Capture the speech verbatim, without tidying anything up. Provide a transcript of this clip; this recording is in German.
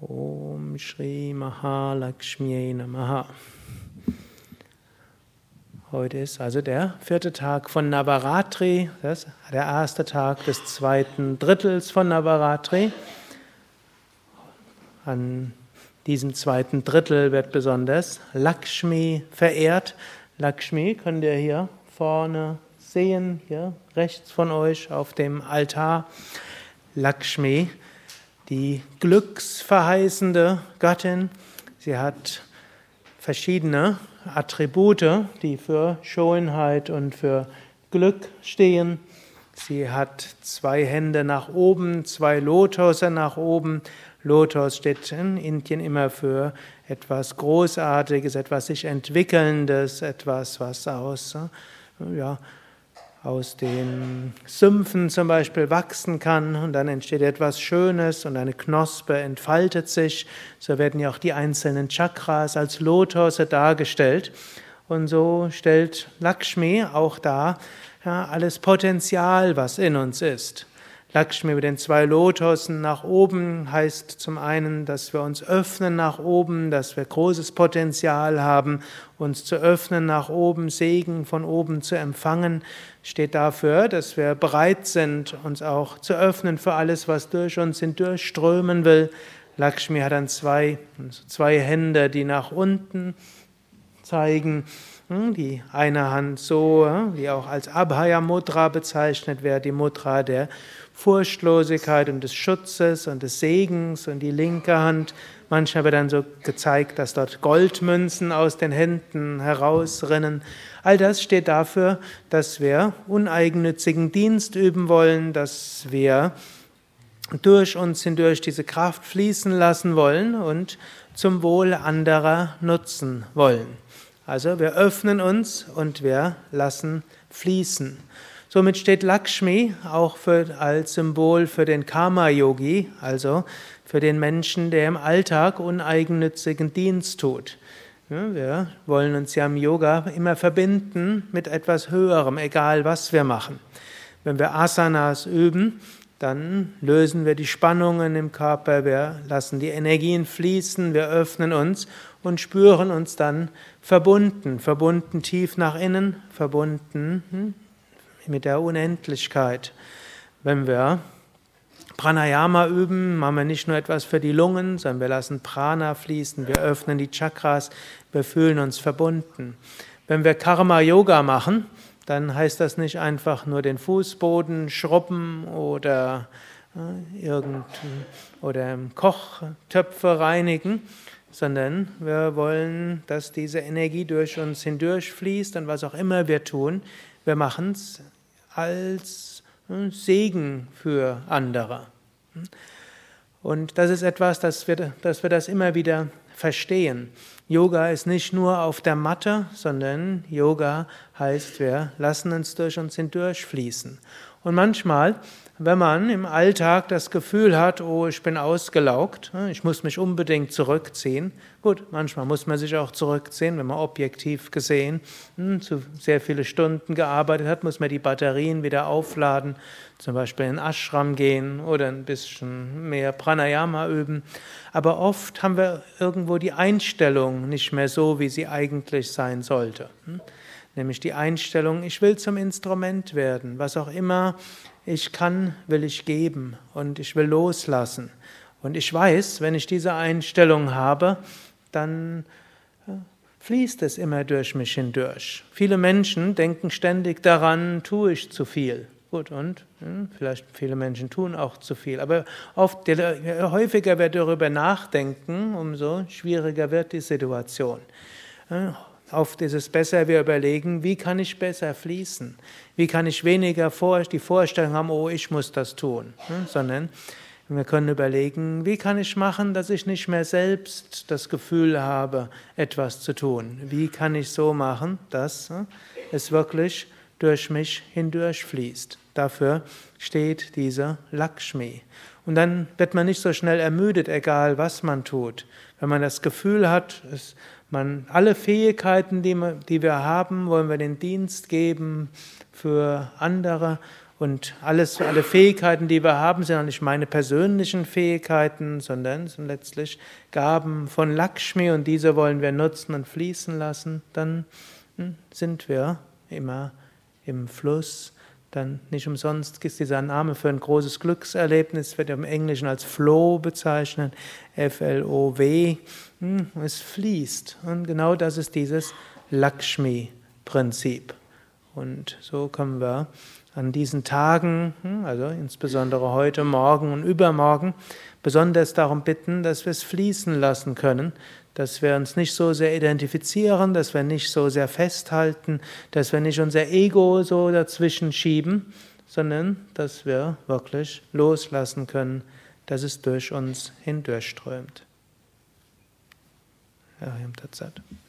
Om Shri Mahalakshmi Namaha. Heute ist also der vierte Tag von Navaratri, das ist der erste Tag des zweiten Drittels von Navaratri. An diesem zweiten Drittel wird besonders Lakshmi verehrt. Lakshmi könnt ihr hier vorne sehen, hier rechts von euch auf dem Altar. Lakshmi, die glücksverheißende Göttin. Sie hat verschiedene Attribute, die für Schönheit und für Glück stehen. Sie hat zwei Hände nach oben, zwei Lotusse nach oben. Lotus steht in Indien immer für etwas Großartiges, etwas sich Entwickelndes, etwas, was aus, ja, aus den Sümpfen zum Beispiel wachsen kann und dann entsteht etwas Schönes und eine Knospe entfaltet sich. So werden ja auch die einzelnen Chakras als Lotusse dargestellt. Und so stellt Lakshmi auch dar, ja, alles Potenzial, was in uns ist. Lakshmi mit den zwei Lotussen nach oben heißt zum einen, dass wir uns öffnen nach oben, dass wir großes Potenzial haben, uns zu öffnen nach oben, Segen von oben zu empfangen, steht dafür, dass wir bereit sind, uns auch zu öffnen für alles, was durch uns hindurchströmen will. Lakshmi hat dann zwei, zwei Hände, die nach unten zeigen. Die eine Hand so, die auch als Abhaya Mudra bezeichnet wird, die Mudra der Furchtlosigkeit und des Schutzes und des Segens, und die linke Hand. Manchmal wird dann so gezeigt, dass dort Goldmünzen aus den Händen herausrinnen. All das steht dafür, dass wir uneigennützigen Dienst üben wollen, dass wir durch uns hindurch diese Kraft fließen lassen wollen und zum Wohl anderer nutzen wollen. Also wir öffnen uns und wir lassen fließen. Somit steht Lakshmi auch für, als Symbol für den Karma-Yogi, also für den Menschen, der im Alltag uneigennützigen Dienst tut. Ja, wir wollen uns ja im Yoga immer verbinden mit etwas Höherem, egal was wir machen. Wenn wir Asanas üben, dann lösen wir die Spannungen im Körper, wir lassen die Energien fließen, wir öffnen uns und spüren uns dann verbunden, verbunden tief nach innen, verbunden mit der Unendlichkeit. Wenn wir Pranayama üben, machen wir nicht nur etwas für die Lungen, sondern wir lassen Prana fließen, wir öffnen die Chakras, wir fühlen uns verbunden. Wenn wir Karma Yoga machen, dann heißt das nicht einfach nur den Fußboden schrubben oder äh, irgend oder Kochtöpfe reinigen, sondern wir wollen, dass diese Energie durch uns hindurch fließt, und was auch immer wir tun, wir machen es als Segen für andere. Und das ist etwas, dass wir, dass wir das immer wieder verstehen. Yoga ist nicht nur auf der Matte, sondern Yoga heißt, wir lassen uns durch uns hindurch fließen. Und manchmal, wenn man im Alltag das Gefühl hat, oh, ich bin ausgelaugt, ich muss mich unbedingt zurückziehen. Gut, manchmal muss man sich auch zurückziehen, wenn man objektiv gesehen zu sehr viele Stunden gearbeitet hat, muss man die Batterien wieder aufladen, zum Beispiel in den Ashram gehen oder ein bisschen mehr Pranayama üben. Aber oft haben wir irgendwo die Einstellung nicht mehr so, wie sie eigentlich sein sollte. Nämlich die Einstellung, ich will zum Instrument werden, was auch immer ich kann, will ich geben, und ich will loslassen. Und ich weiß, wenn ich diese Einstellung habe, dann fließt es immer durch mich hindurch. Viele Menschen denken ständig daran, tue ich zu viel. Gut, und hm, vielleicht viele Menschen tun auch zu viel. Aber oft, je häufiger wir darüber nachdenken, umso schwieriger wird die Situation. Oft ist es besser, wir überlegen, wie kann ich besser fließen? Wie kann ich weniger vor, die Vorstellung haben, oh, ich muss das tun, sondern wir können überlegen, wie kann ich machen, dass ich nicht mehr selbst das Gefühl habe, etwas zu tun? Wie kann ich so machen, dass es wirklich durch mich hindurch fließt? Dafür steht diese Lakshmi. Und dann wird man nicht so schnell ermüdet, egal was man tut. Wenn man das Gefühl hat, es Man, alle Fähigkeiten, die, wir, die wir haben, wollen wir den Dienst geben für andere, Und alles, alle Fähigkeiten, die wir haben, sind auch nicht meine persönlichen Fähigkeiten, sondern sind letztlich Gaben von Lakshmi und diese wollen wir nutzen und fließen lassen. Dann sind wir immer im Fluss. Dann nicht umsonst ist dieser Name für ein großes Glückserlebnis, wird im Englischen als Flow bezeichnet, F L O W. Es fließt. Und genau das ist dieses Lakshmi-Prinzip. Und so können wir an diesen Tagen, also insbesondere heute, morgen und übermorgen, besonders darum bitten, dass wir es fließen lassen können, dass wir uns nicht so sehr identifizieren, dass wir nicht so sehr festhalten, dass wir nicht unser Ego so dazwischen schieben, sondern dass wir wirklich loslassen können, dass es durch uns hindurchströmt. Ja, im Tatsat.